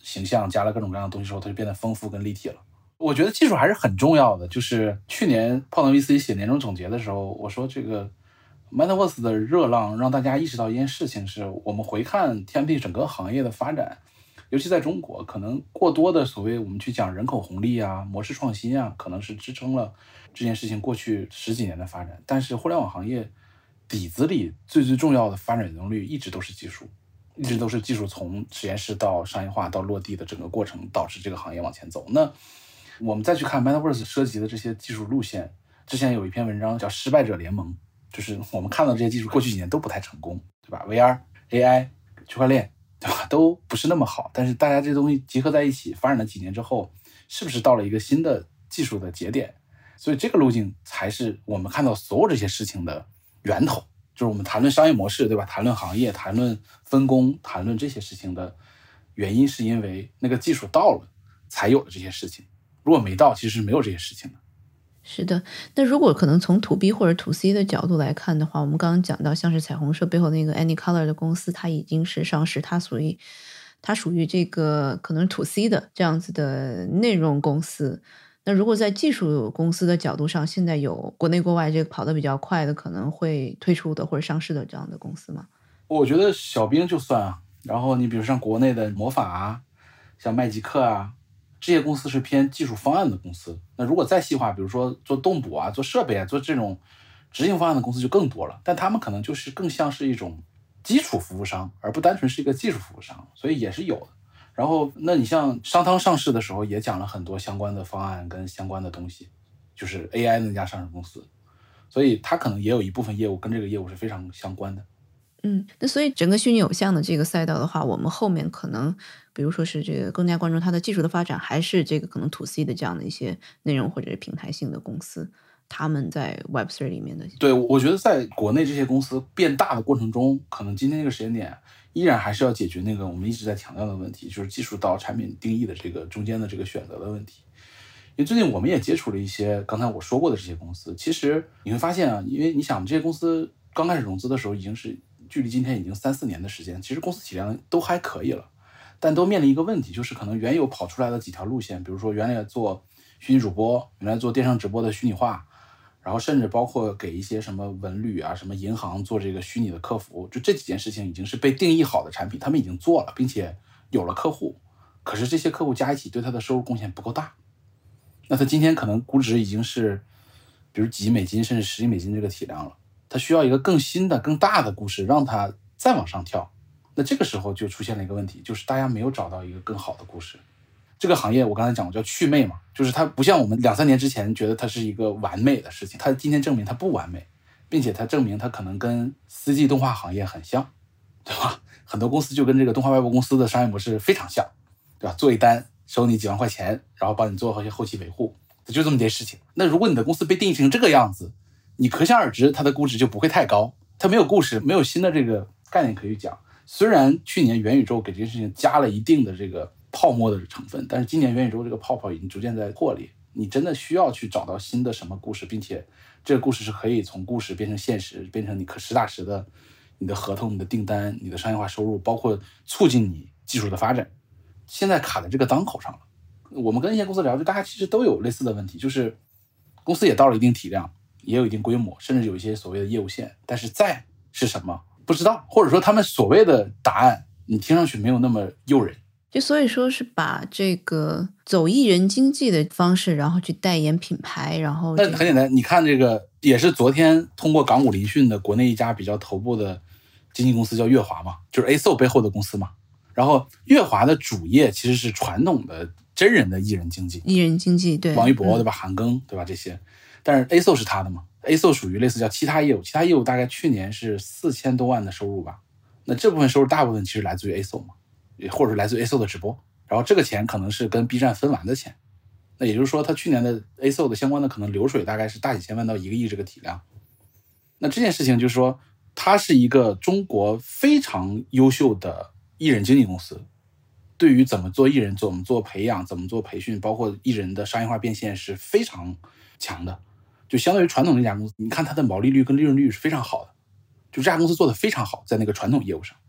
形象，加了各种各样的东西之后，它就变得丰富跟立体了。我觉得技术还是很重要的。就是去年泡腾 V C 写年终总结的时候，我说这个 Metaverse 的热浪让大家意识到一件事情，是我们回看 T M P 整个行业的发展，尤其在中国，可能过多的所谓我们去讲人口红利啊、模式创新啊，可能是支撑了这件事情过去十几年的发展。但是互联网行业底子里最最重要的发展能力一直都是技术，一直都是技术从实验室到商业化到落地的整个过程，导致这个行业往前走。那我们再去看 Metaverse 涉及的这些技术路线，之前有一篇文章叫失败者联盟，就是我们看到这些技术过去几年都不太成功，对吧？ V R、A I、区块链，对吧？都不是那么好，但是大家这些东西集合在一起发展了几年之后，是不是到了一个新的技术的节点？所以这个路径才是我们看到所有这些事情的源头，就是我们谈论商业模式，对吧？谈论行业，谈论分工，谈论这些事情的原因，是因为那个技术到了才有了这些事情，如果没到其实是没有这些事情的。 是的，那如果可能从 to B 或者 to C 的角度来看的话，我们刚刚讲到像是彩虹社背后那个 AnyColor 的公司，它已经是上市，它属于它属于这个可能 to C 的这样子的内容公司。那如果在技术公司的角度上，现在有国内国外这个跑得比较快的，可能会推出的或者上市的这样的公司吗？ 我觉得小兵就算啊，然后你比如像国内的魔法啊，像麦吉克啊，这些公司是偏技术方案的公司。那如果再细化，比如说做动捕啊、做设备啊、做这种执行方案的公司就更多了，但他们可能就是更像是一种基础服务商，而不单纯是一个技术服务商，所以也是有的。然后那你像商汤上市的时候也讲了很多相关的方案跟相关的东西，就是 A I 那家上市公司，所以它可能也有一部分业务跟这个业务是非常相关的。 嗯，那所以整个虚拟偶像的这个赛道的话，我们后面可能比如说是这个更加关注它的技术的发展，还是这个可能 to C 的这样的一些内容或者是平台性的公司，他们在 Web 三 里面的。 对，我觉得在国内这些公司变大的过程中，可能今天这个时间点依然还是要解决那个我们一直在强调的问题，就是技术到产品定义的这个中间的这个选择的问题。因为最近我们也接触了一些刚才我说过的这些公司，其实你会发现啊，因为你想这些公司刚开始融资的时候已经是距离今天已经三四年的时间，其实公司体量都还可以了，但都面临一个问题，就是可能原有跑出来的几条路线，比如说原来做虚拟主播，原来做电商直播的虚拟化，然后甚至包括给一些什么文旅啊、什么银行做这个虚拟的客服，就这几件事情已经是被定义好的产品，他们已经做了，并且有了客户，可是这些客户加一起对他的收入贡献不够大，那他今天可能估值已经是比如几亿美金甚至十亿美金这个体量了，他需要一个更新的更大的故事让他再往上跳。那这个时候就出现了一个问题，就是大家没有找到一个更好的故事。这个行业我刚才讲过叫祛魅嘛，就是它不像我们两三年之前觉得它是一个完美的事情，它今天证明它不完美，并且它证明它可能跟 四 D 动画行业很像，对吧？很多公司就跟这个动画外包公司的商业模式非常像，对吧？做一单收你几万块钱，然后帮你做一些后期维护，就这么件事情。那如果你的公司被定义成这个样子，你可想而知它的估值就不会太高，它没有故事，没有新的这个概念可以讲。虽然去年元宇宙给这件事情加了一定的这个泡沫的成分，但是今年元宇宙这个泡泡已经逐渐在破裂，你真的需要去找到新的什么故事，并且这个故事是可以从故事变成现实，变成你可实打实的你的合同、你的订单、你的商业化收入，包括促进你技术的发展。现在卡在这个当口上了。我们跟一些公司聊，就大家其实都有类似的问题，就是公司也到了一定体量，也有一定规模，甚至有一些所谓的业务线，但是再是什么不知道，或者说他们所谓的答案你听上去没有那么诱人。 就所以说是把这个走艺人经济的方式，然后去代言品牌，然后那很简单，你看这个也是昨天通过港股聆讯的国内一家比较头部的经纪公司叫乐华嘛，就是 A S O 背后的公司嘛。然后乐华的主业其实是传统的真人的艺人经纪， 艺人经纪，对， 王一博对吧，韩庚对吧这些，但是 A S O 是他的嘛 ，A S O 属于类似叫其他业务，其他业务大概去年是四千多万的收入吧，那这部分收入大部分其实来自于 A S O 嘛，或者是来自于 A S O 的直播，然后这个钱可能是跟 B 站分完的钱，那也就是说他去年的 A S O 的相关的可能流水大概是大几千万到一个亿这个体量。那这件事情就是说它是一个中国非常优秀的艺人经纪公司，对于怎么做艺人、怎么做培养、怎么做培训，包括艺人的商业化变现是非常强的。就相对于传统那家公司，你看它的毛利率跟利润率是非常好的，就这家公司做的非常好，在那个传统业务上。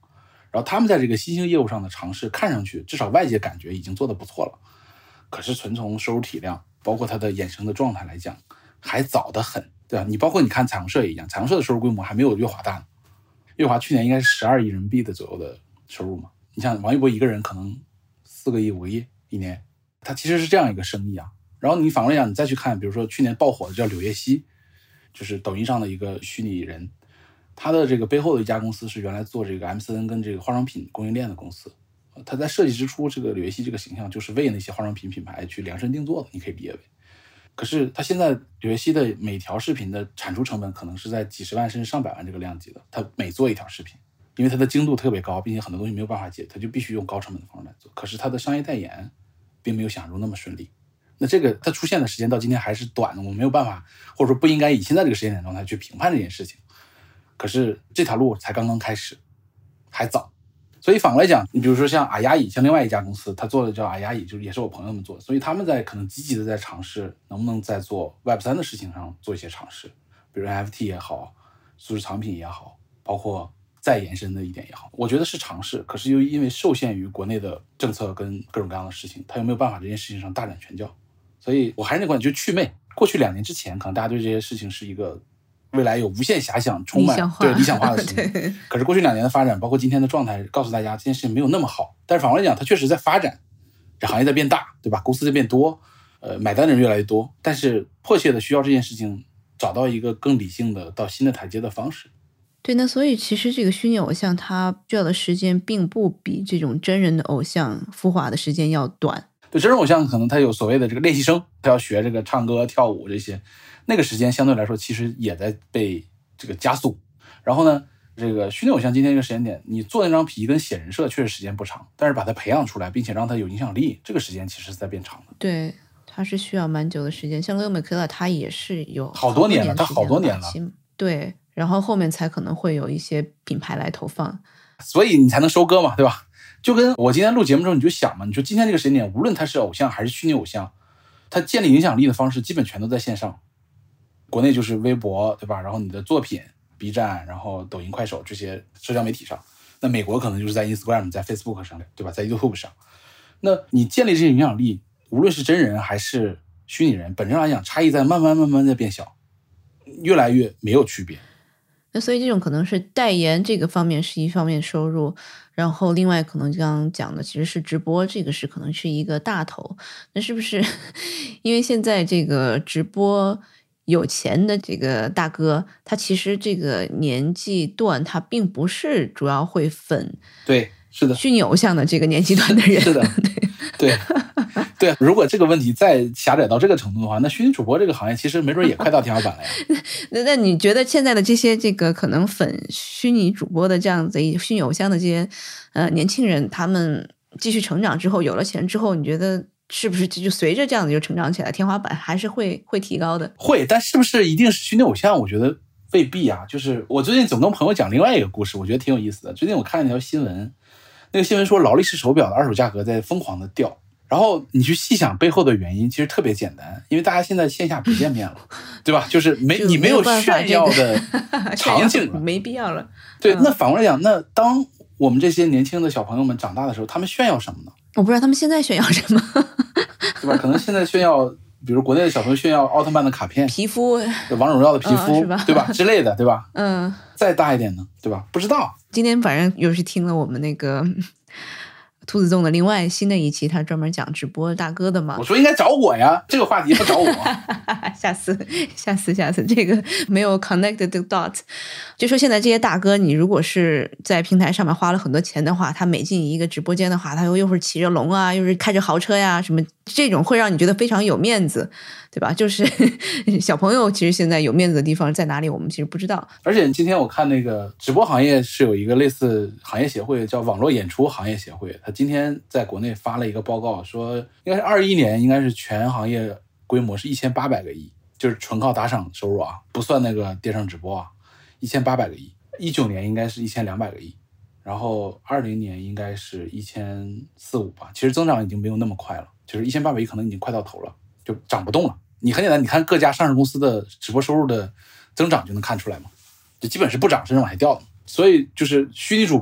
然后他们在这个新兴业务上的尝试，看上去至少外界感觉已经做得不错了。可是纯从收入体量，包括它的衍生的状态来讲，还早得很，对吧？你包括你看彩虹社也一样，彩虹社的收入规模还没有乐华大呢。乐华去年应该是十二亿人民币的左右的收入嘛。你像王一博一个人可能四个亿、五个亿一年，他其实是这样一个生意啊。然后你反过来讲，你再去看，比如说去年爆火的叫柳叶熙，就是抖音上的一个虚拟人。他的这个背后的一家公司是原来做这个 M C N 跟这个化妆品供应链的公司，他在设计之初，这个柳叶熙这个形象就是为那些化妆品品牌去量身定做的，你可以理解为。可是他现在柳叶熙的每条视频的产出成本可能是在几十万甚至上百万这个量级的，他每做一条视频，因为它的精度特别高，并且很多东西没有办法解，他就必须用高成本的方式来做。可是他的商业代言并没有想象中那么顺利。那这个它出现的时间到今天还是短的，我没有办法，或者说不应该以现在这个时间点状态去评判这件事情。可是这条路才刚刚开始，还早。所以反过来讲，你比如说像阿亚乙，像另外一家公司，他做的叫阿亚乙，就是也是我朋友们做的，所以他们在可能积极的在尝试能不能在做 Web 三 的事情上做一些尝试，比如 N F T 也好，数字藏品也好，包括再延伸的一点也好，我觉得是尝试。可是又因为受限于国内的政策跟各种各样的事情，他又没有办法这件事情上大展拳脚。所以我还是那观点，就是祛魅。过去两年之前，可能大家对这些事情是一个未来有无限遐想，充满对理想化的事情。可是过去两年的发展，包括今天的状态，告诉大家这件事情没有那么好。但是反过来讲，它确实在发展，这行业在变大，对吧？公司在变多，呃，买单的人越来越多，但是迫切的需要这件事情找到一个更理性的到新的台阶的方式。 对，那所以其实这个虚拟偶像它需要的时间并不比这种真人的偶像孵化的时间要短。 对，真人偶像可能他有所谓的这个练习生，他要学这个唱歌跳舞这些，那个时间相对来说其实也在被这个加速。然后呢，这个虚拟偶像今天这个时间点，你做那张皮跟写人设确实时间不长，但是把它培养出来并且让它有影响力，这个时间其实是在变长的。 对，它是需要蛮久的时间。像勒美克勒他也是有好多年了，他好多年了。 对，然后后面才可能会有一些品牌来投放， 所以你才能收割嘛，对吧？就跟我今天录节目的时候你就想嘛，你说今天这个时间点，无论他是偶像还是虚拟偶像，他建立影响力的方式基本全都在线上。国内就是微博，对吧？然后你的作品 B 站，然后抖音快手这些社交媒体上。那美国可能就是在 Instagram 在 Facebook 上，对吧？在 YouTube 上。那你建立这些影响力，无论是真人还是虚拟人，本质上来讲差异在慢慢慢慢在变小，越来越没有区别。 那所以这种可能是代言这个方面是一方面收入，然后另外可能刚刚讲的其实是直播，这个是可能是一个大头。那是不是因为现在这个直播有钱的这个大哥，他其实这个年纪段他并不是主要会粉对是的虚拟偶像的这个年纪段的人， 是的对对，如果这个问题再狭窄到这个程度的话，那虚拟主播这个行业其实没准也快到天花板了呀。 那那你觉得现在的这些这个可能粉虚拟主播的这样子虚拟偶像的这些呃年轻人，他们继续成长之后，有了钱之后，你觉得是不是就随着这样子就成长起来，天花板还是会会提高的？ 会，但是不是一定是虚拟偶像？我觉得未必啊。就是我最近总跟朋友讲另外一个故事，我觉得挺有意思的。最近我看了一条新闻，那个新闻说劳力士手表的二手价格在疯狂的掉。然后你去细想背后的原因，其实特别简单，因为大家现在线下不见面了，对吧？就是没就你没有炫耀的场景了， 没必要了。 对， 嗯、 那反过来讲，那当我们这些年轻的小朋友们长大的时候，他们炫耀什么呢？ 我不知道他们现在炫耀什么， 对吧？可能现在炫耀，比如国内的小朋友炫耀奥特曼的卡片、 皮肤、 王者荣耀的皮肤， 嗯、 对吧？之类的，对吧？ 嗯， 再大一点呢，对吧？不知道。 今天反正又是听了我们那个兔子洞的另外新的一期，他专门讲直播大哥的嘛。 我说应该找我呀，这个话题不找我。 下次，下次，下次，这个没有 connected dot。就说现在这些大哥，你如果是在平台上面花了很多钱的话，他每进一个直播间的话，他又又是骑着龙啊，又是开着豪车呀，什么这种会让你觉得非常有面子，对吧？就是小朋友其实现在有面子的地方在哪里，我们其实不知道。 而且今天我看那个直播行业是有一个类似行业协会，叫网络演出行业协会，他今天在国内发了一个报告，说应该是二一年，应该是全行业规模是一千八百个亿，就是纯靠打赏收入啊，不算那个电商直播啊，一千八百个亿。一九年应该是一千两百个亿，然后二零年应该是一千四五吧。其实增长已经没有那么快了，就是一千八百亿可能已经快到头了，就涨不动了。你很简单，你看各家上市公司的直播收入的增长就能看出来嘛，就基本是不涨甚至往下掉的。所以就是虚拟主播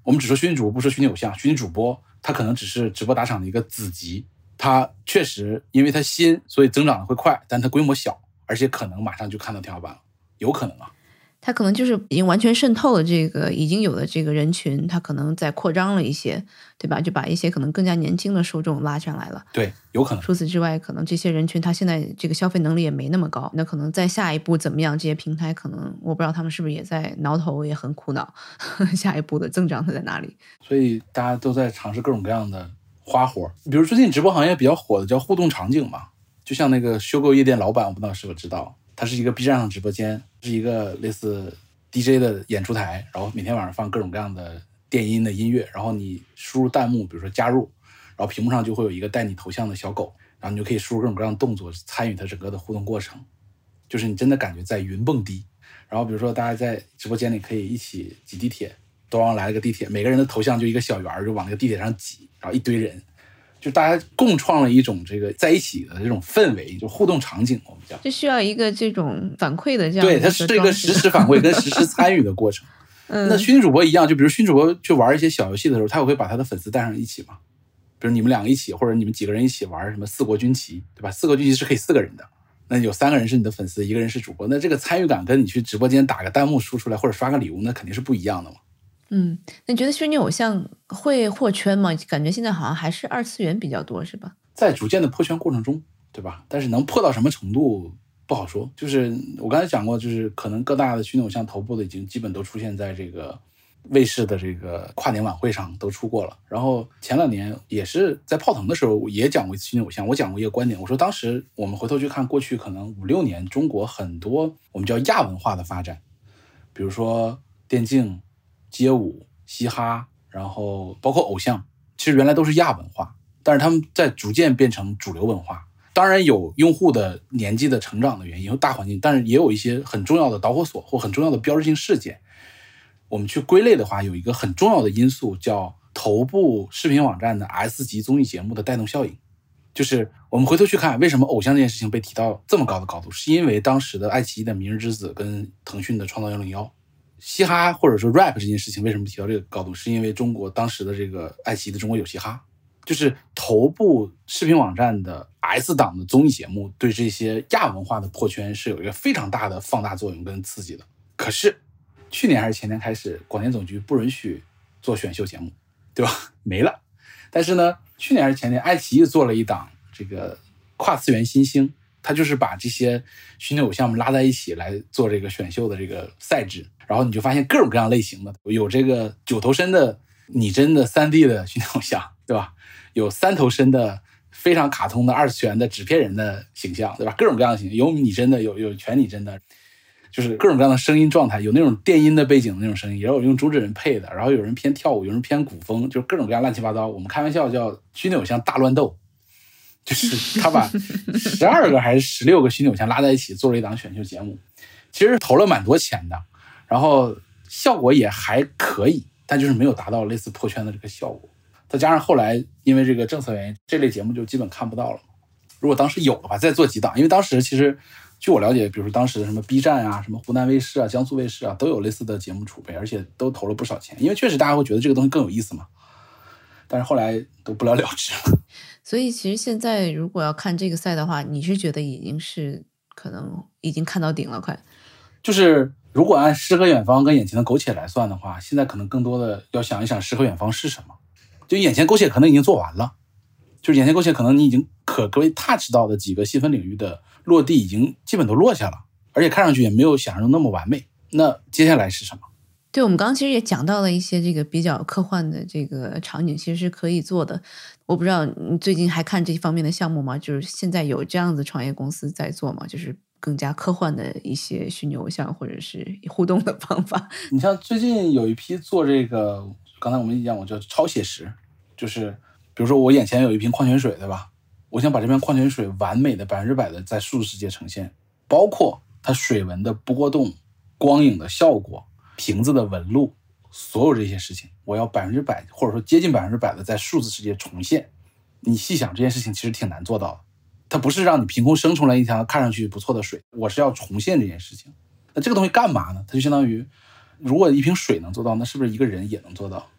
我们只说虚拟主播，不说虚拟偶像。虚拟主播它可能只是直播打赏的一个子集，它确实因为它新，所以增长的会快，但它规模小，而且可能马上就看到天花板了，有可能啊。 它可能就是已经完全渗透了这个已经有的这个人群，它可能在扩张了一些，对吧？就把一些可能更加年轻的受众拉上来了。 对，有可能。 除此之外，可能这些人群他现在这个消费能力也没那么高，那可能在下一步怎么样，这些平台可能我不知道他们是不是也在挠头，也很苦恼下一步的增长在哪里。 所以大家都在尝试各种各样的花活，比如最近直播行业比较火的叫互动场景嘛，就像那个修购夜店老板，我不知道是否知道，他是一个 B 站上直播间，是一个类似 D J 的演出台，然后每天晚上放各种各样的电音的音乐，然后你输入弹幕，比如说加入，然后屏幕上就会有一个带你头像的小狗，然后你就可以输入各种各样的动作，参与它整个的互动过程，就是你真的感觉在云蹦迪。然后比如说大家在直播间里可以一起挤地铁，都往来了个地铁，每个人的头像就一个小圆，就往那个地铁上挤，然后一堆人，就大家共创了一种这个在一起的这种氛围，就互动场景，我们叫。 这需要一个这种反馈的这样的。 对，它是一个实时反馈跟实时参与的过程。 嗯， 那虚拟主播一样，就比如虚拟主播去玩一些小游戏的时候，他也会把他的粉丝带上一起嘛。比如你们两个一起，或者你们几个人一起玩什么四国军旗，对吧？四国军旗是可以四个人的，那有三个人是你的粉丝，一个人是主播，那这个参与感跟你去直播间打个弹幕输出来或者刷个礼物，那肯定是不一样的嘛。 嗯，那你觉得虚拟偶像会破圈吗？感觉现在好像还是二次元比较多，是吧？ 在逐渐的破圈过程中，对吧？但是能破到什么程度不好说。就是我刚才讲过，就是可能各大的虚拟偶像头部的已经基本都出现在这个卫视的这个跨年晚会上都出过了。然后前两年也是在泡腾的时候也讲过虚拟偶像，我讲过一个观点，我说当时我们回头去看过去可能五六年中国很多我们叫亚文化的发展，比如说电竞、街舞、嘻哈，然后包括偶像，其实原来都是亚文化，但是他们在逐渐变成主流文化。当然有用户的年纪的成长的原因，有大环境，但是也有一些很重要的导火索或很重要的标志性事件。我们去归类的话，有一个很重要的因素叫头部视频网站的 S 级综艺节目的带动效应。就是我们回头去看，为什么偶像这件事情被提到这么高的高度，是因为当时的爱奇艺的明日之子跟腾讯的创造一零一。嘻哈或者说 rap 这件事情为什么提到这个高度，是因为中国当时的这个爱奇艺的中国有嘻哈，就是头部视频网站的 S 档的综艺节目对这些亚文化的破圈是有一个非常大的放大作用跟刺激的。可是去年还是前年开始，广电总局不允许做选秀节目，对吧？没了。但是呢，去年还是前年，爱奇艺做了一档这个跨次元新星，他就是把这些虚拟偶像们拉在一起来做这个选秀的这个赛制，然后你就发现各种各样类型的，有这个九头身的拟真的 三 D 的虚拟偶像，对吧？有三头身的非常卡通的二次元的纸片人的形象，对吧？各种各样的形象，有拟真的，有有全拟真的，就是各种各样的声音状态，有那种电音的背景的那种声音，然后有用中之人配的，然后有人偏跳舞，有人偏古风，就是各种各样乱七八糟。我们开玩笑叫虚拟偶像大乱斗，就是他把十二个还是十六个虚拟偶像拉在一起做了一档选秀节目，其实投了蛮多钱的，然后效果也还可以，但就是没有达到类似破圈的这个效果。再加上后来因为这个政策原因，这类节目就基本看不到了。如果当时有的话，再做几档，因为当时其实据我了解，比如说当时的什么 B 站啊、什么湖南卫视啊、江苏卫视啊，都有类似的节目储备，而且都投了不少钱，因为确实大家会觉得这个东西更有意思嘛。但是后来都不了了之了。 所以其实现在如果要看这个赛的话，你是觉得已经是可能已经看到顶了，快。 就是如果按诗和远方跟眼前的苟且来算的话，现在可能更多的要想一想诗和远方是什么。就眼前苟且可能已经做完了，就是眼前苟且可能你已经可可谓 touch 到的几个细分领域的落地已经基本都落下了，而且看上去也没有想象中那么完美。那接下来是什么？ 对，我们刚刚其实也讲到了一些这个比较科幻的这个场景，其实是可以做的。我不知道你最近还看这方面的项目吗？就是现在有这样子创业公司在做吗？就是更加科幻的一些虚拟偶像或者是互动的方法。 你像最近有一批做这个，刚才我们讲我叫超写实，就是比如说我眼前有一瓶矿泉水，对吧？我想把这瓶矿泉水完美的百分之百的在数字世界呈现，包括它水纹的波动、光影的效果、瓶子的纹路，所有这些事情，我要百分之百或者说接近百分之百的在数字世界重现。你细想这件事情其实挺难做到的，它不是让你凭空生出来一条看上去不错的水，我是要重现这件事情。那这个东西干嘛呢？它就相当于，如果一瓶水能做到，那是不是一个人也能做到？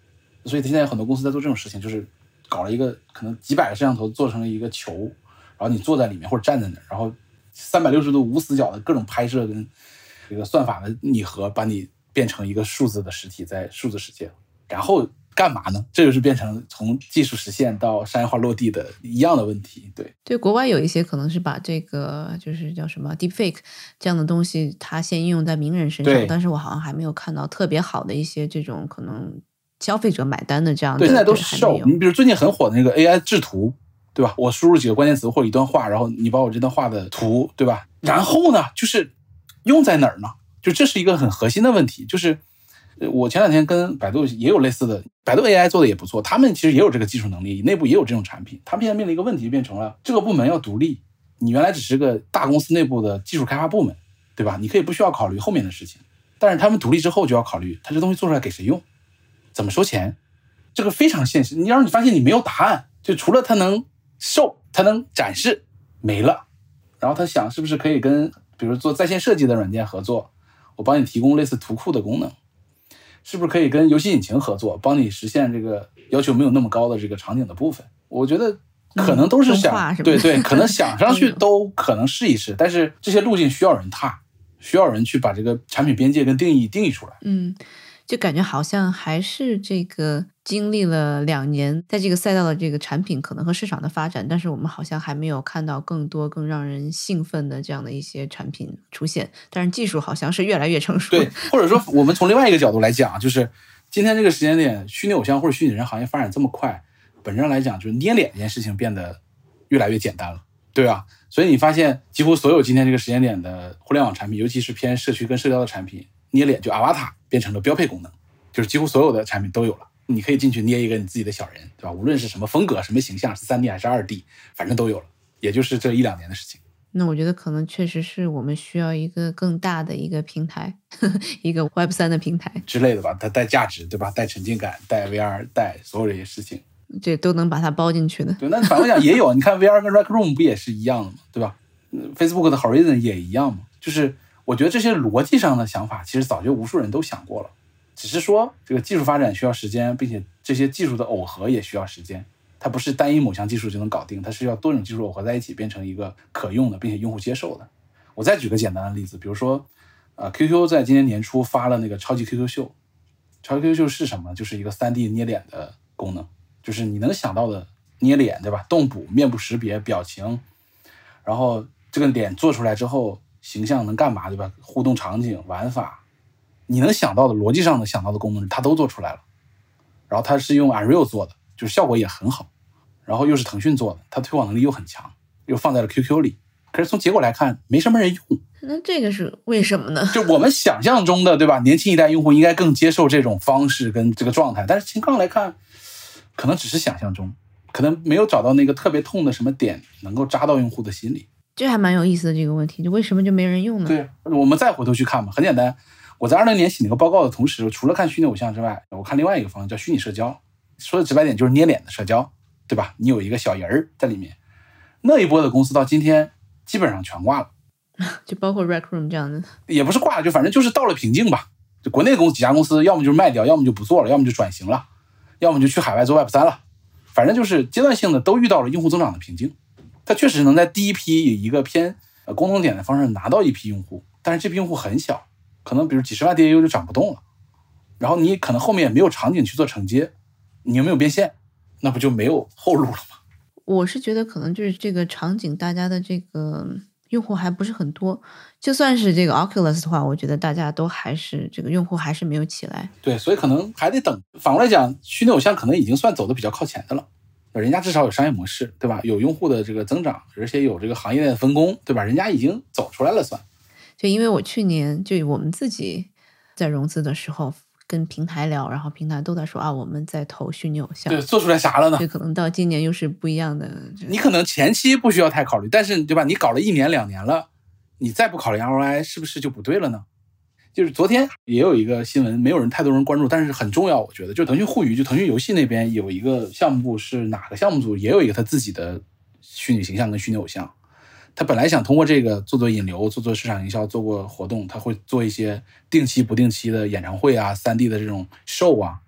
所以现在有很多公司在做这种事情，就是搞了一个可能几百个摄像头做成了一个球，然后你坐在里面或者站在那儿，然后三百六十度无死角的各种拍摄跟这个算法的拟合，把你变成一个数字的实体在数字世界。然后干嘛呢？这就是变成从技术实现到商业化落地的一样的问题。对对，国外有一些可能是把这个就是叫什么 deepfake 这样的东西，它先应用在名人身上，但是我好像还没有看到特别好的一些这种可能消费者买单的这样的。 对，现在都是 show。你比如最近很火的那个 A I 制图，对吧？我输入几个关键词或者一段话，然后你把我这段话的图，对吧？然后呢，就是用在哪儿呢？就这是一个很核心的问题，就是我前两天跟百度也有类似的，百度 A I 做的也不错，他们其实也有这个技术能力，内部也有这种产品。他们现在面临一个问题，变成了这个部门要独立，你原来只是个大公司内部的技术开发部门，对吧？你可以不需要考虑后面的事情，但是他们独立之后就要考虑，他这东西做出来给谁用，怎么收钱，这个非常现实。你要是你发现你没有答案，就除了它能售，它能展示，没了。然后他想是不是可以跟比如做在线设计的软件合作，我帮你提供类似图库的功能。是不是可以跟游戏引擎合作，帮你实现这个要求没有那么高的这个场景的部分？我觉得可能都是想， 是对对，可能想上去都可能试一试，但是这些路径需要人踏，需要人去把这个产品边界跟定义定义出来。 嗯，就感觉好像还是这个经历了两年，在这个赛道的这个产品可能和市场的发展，但是我们好像还没有看到更多更让人兴奋的这样的一些产品出现。但是技术好像是越来越成熟。 对，或者说我们从另外一个角度来讲，就是今天这个时间点，虚拟偶像或者虚拟人行业发展这么快，本质上来讲就是捏脸这件事情变得越来越简单了，对吧？所以你发现几乎所有今天这个时间点的互联网产品，尤其是偏社区跟社交的产品，捏脸就 Avatar 变成了标配功能，就是几乎所有的产品都有了。你可以进去捏一个你自己的小人，对吧？无论是什么风格什么形象，是 三 D 还是 二 D， 反正都有了，也就是这一两年的事情。 那我觉得可能确实是我们需要一个更大的一个平台，呵呵一个 Web 三 的平台之类的吧，它带价值，对吧？带沉浸感，带 V R， 带所有这些事情， 这都能把它包进去的。 对，那反过讲也有，你看 V R 跟 Rec Room 不也是一样的吗？对吧 ？Facebook 的 Horizon 也一样嘛。就是我觉得这些逻辑上的想法，其实早就无数人都想过了，只是说这个技术发展需要时间，并且这些技术的耦合也需要时间。它不是单一某项技术就能搞定，它是要多种技术耦合在一起变成一个可用的并且用户接受的。我再举个简单的例子，比如说呃 Q Q 在今年年初发了那个超级 Q Q 秀。超级 Q Q 秀是什么？就是一个 三 D 捏脸的功能，就是你能想到的捏脸，对吧？动捕、面部识别、表情，然后这个脸做出来之后形象能干嘛，对吧？互动场景、玩法，你能想到的逻辑上的想到的功能它都做出来了。然后它是用 Unreal 做的，就是效果也很好，然后又是腾讯做的，它推广能力又很强，又放在了 Q Q 里。可是从结果来看没什么人用。 那这个是为什么呢？ 就我们想象中的，对吧？年轻一代用户应该更接受这种方式跟这个状态，但是情况来看可能只是想象中，可能没有找到那个特别痛的什么点能够扎到用户的心里。 这还蛮有意思的这个问题，就为什么就没人用呢？ 对，我们再回头去看嘛，很简单。我在二零年写那个报告的同时，除了看虚拟偶像之外，我看另外一个方向叫虚拟社交。说的直白点就是捏脸的社交，对吧？你有一个小人儿在里面，那一波的公司到今天基本上全挂了， 就包括 Rec Room 这样的， 也不是挂了，就反正就是到了瓶颈吧。就国内公司几家公司，要么就是卖掉，要么就不做了，要么就转型了，要么就去海外做 Web 三了，反正就是阶段性的都遇到了用户增长的瓶颈。它确实能在第一批以一个偏呃共同点的方式拿到一批用户，但是这批用户很小，可能比如几十万 D A U 就涨不动了，然后你可能后面也没有场景去做承接，你有没有变现，那不就没有后路了吗？ 我是觉得可能就是这个场景大家的这个用户还不是很多，就算是这个 Oculus 的话，我觉得大家都还是这个用户还是没有起来。 对，所以可能还得等。反过来讲，虚拟偶像可能已经算走的比较靠前的了，人家至少有商业模式，对吧？有用户的这个增长，而且有这个行业链的分工，对吧？人家已经走出来了算。 就因为我去年就我们自己在融资的时候跟平台聊，然后平台都在说啊，我们在投虚拟偶像， 对，做出来啥了呢？ 这可能到今年又是不一样的。 你可能前期不需要太考虑，但是对吧？你搞了一年两年了，你再不考虑 R O I， 是不是就不对了呢？就是昨天也有一个新闻，没有人太多人关注，但是很重要，我觉得就腾讯互娱，就腾讯游戏那边有一个项目部，是哪个项目组也有一个他自己的虚拟形象跟虚拟偶像。他本来想通过这个做做引流，做做市场营销，做过活动，他会做一些定期不定期的演唱会啊 三 D 的这种 show 啊，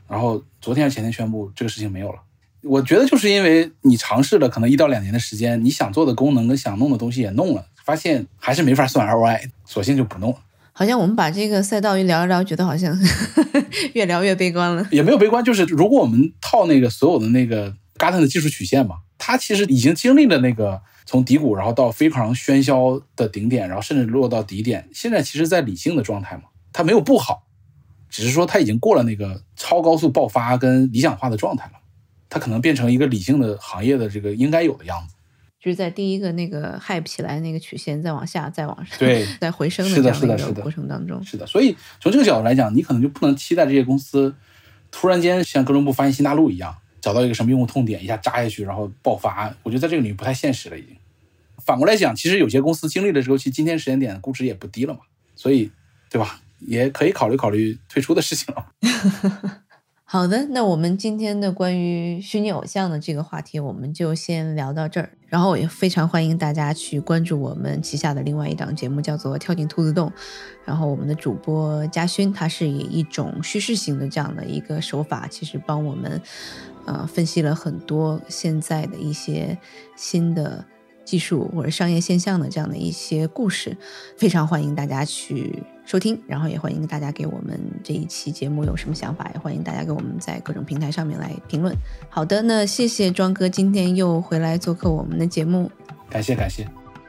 然后昨天还是前天宣布这个事情没有了。我觉得就是因为你尝试了可能一到两年的时间，你想做的功能跟想弄的东西也弄了，发现还是没法算 R O I， 索性就不弄了。 好像我们把这个赛道一聊一聊，觉得好像越聊越悲观了。 也没有悲观，就是如果我们套那个所有的那个 Gartner 的技术曲线嘛，它其实已经经历了那个从低谷然后到非常喧嚣的顶点，然后甚至落到底点，现在其实在理性的状态嘛，它没有不好，只是说它已经过了那个超高速爆发跟理想化的状态了，它可能变成一个理性的行业的这个应该有的样子。 就是在第一个那个 hype 起来那个曲线再往下再往上， 对， 再回升的这样的一个过程当中。 是的，所以从这个角度来讲，你可能就不能期待这些公司突然间像哥伦布发现新大陆一样，找到一个什么用户痛点一下扎下去然后爆发，我觉得在这个领域不太现实了已经。反过来讲，其实有些公司经历了这个期，今天时间点估值也不低了嘛，所以对吧，也可以考虑考虑退出的事情了。 好的，那我们今天的关于虚拟偶像的这个话题我们就先聊到这儿，然后也非常欢迎大家去关注我们旗下的另外一档节目叫做跳进兔子洞，然后我们的主播嘉勋他是以一种叙事型的这样的一个手法，其实帮我们呃分析了很多现在的一些新的技术或者商业现象的这样的一些故事，非常欢迎大家去收听，然后也欢迎大家给我们这一期节目有什么想法，也欢迎大家给我们在各种平台上面来评论。好的，那谢谢庄哥今天又回来做客我们的节目， 感谢感谢。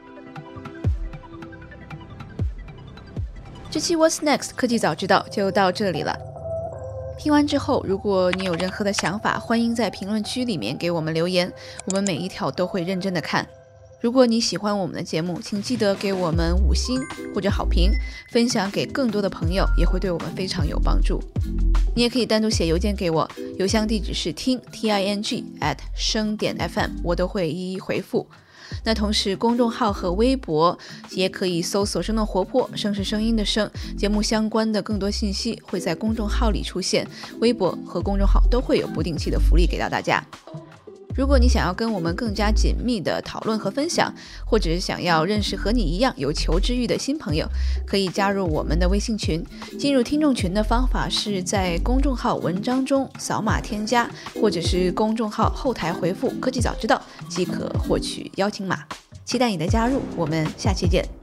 这期 What's Next 科技早知道就到这里了。听完之后，如果你有任何的想法，欢迎在评论区里面给我们留言，我们每一条都会认真的看。如果你喜欢我们的节目，请记得给我们五星或者好评，分享给更多的朋友，也会对我们非常有帮助。你也可以单独写邮件给我，邮箱地址是听 ting at 声点 fm， 我都会一一回复。那同时公众号和微博也可以搜索生动活泼，声是声音的声，节目相关的更多信息会在公众号里出现，微博和公众号都会有不定期的福利给到大家。如果你想要跟我们更加紧密的讨论和分享，或者是想要认识和你一样有求知欲的新朋友，可以加入我们的微信群。进入听众群的方法是在公众号文章中扫码添加，或者是公众号后台回复科技早知道即可获取邀请码。期待你的加入，我们下期见。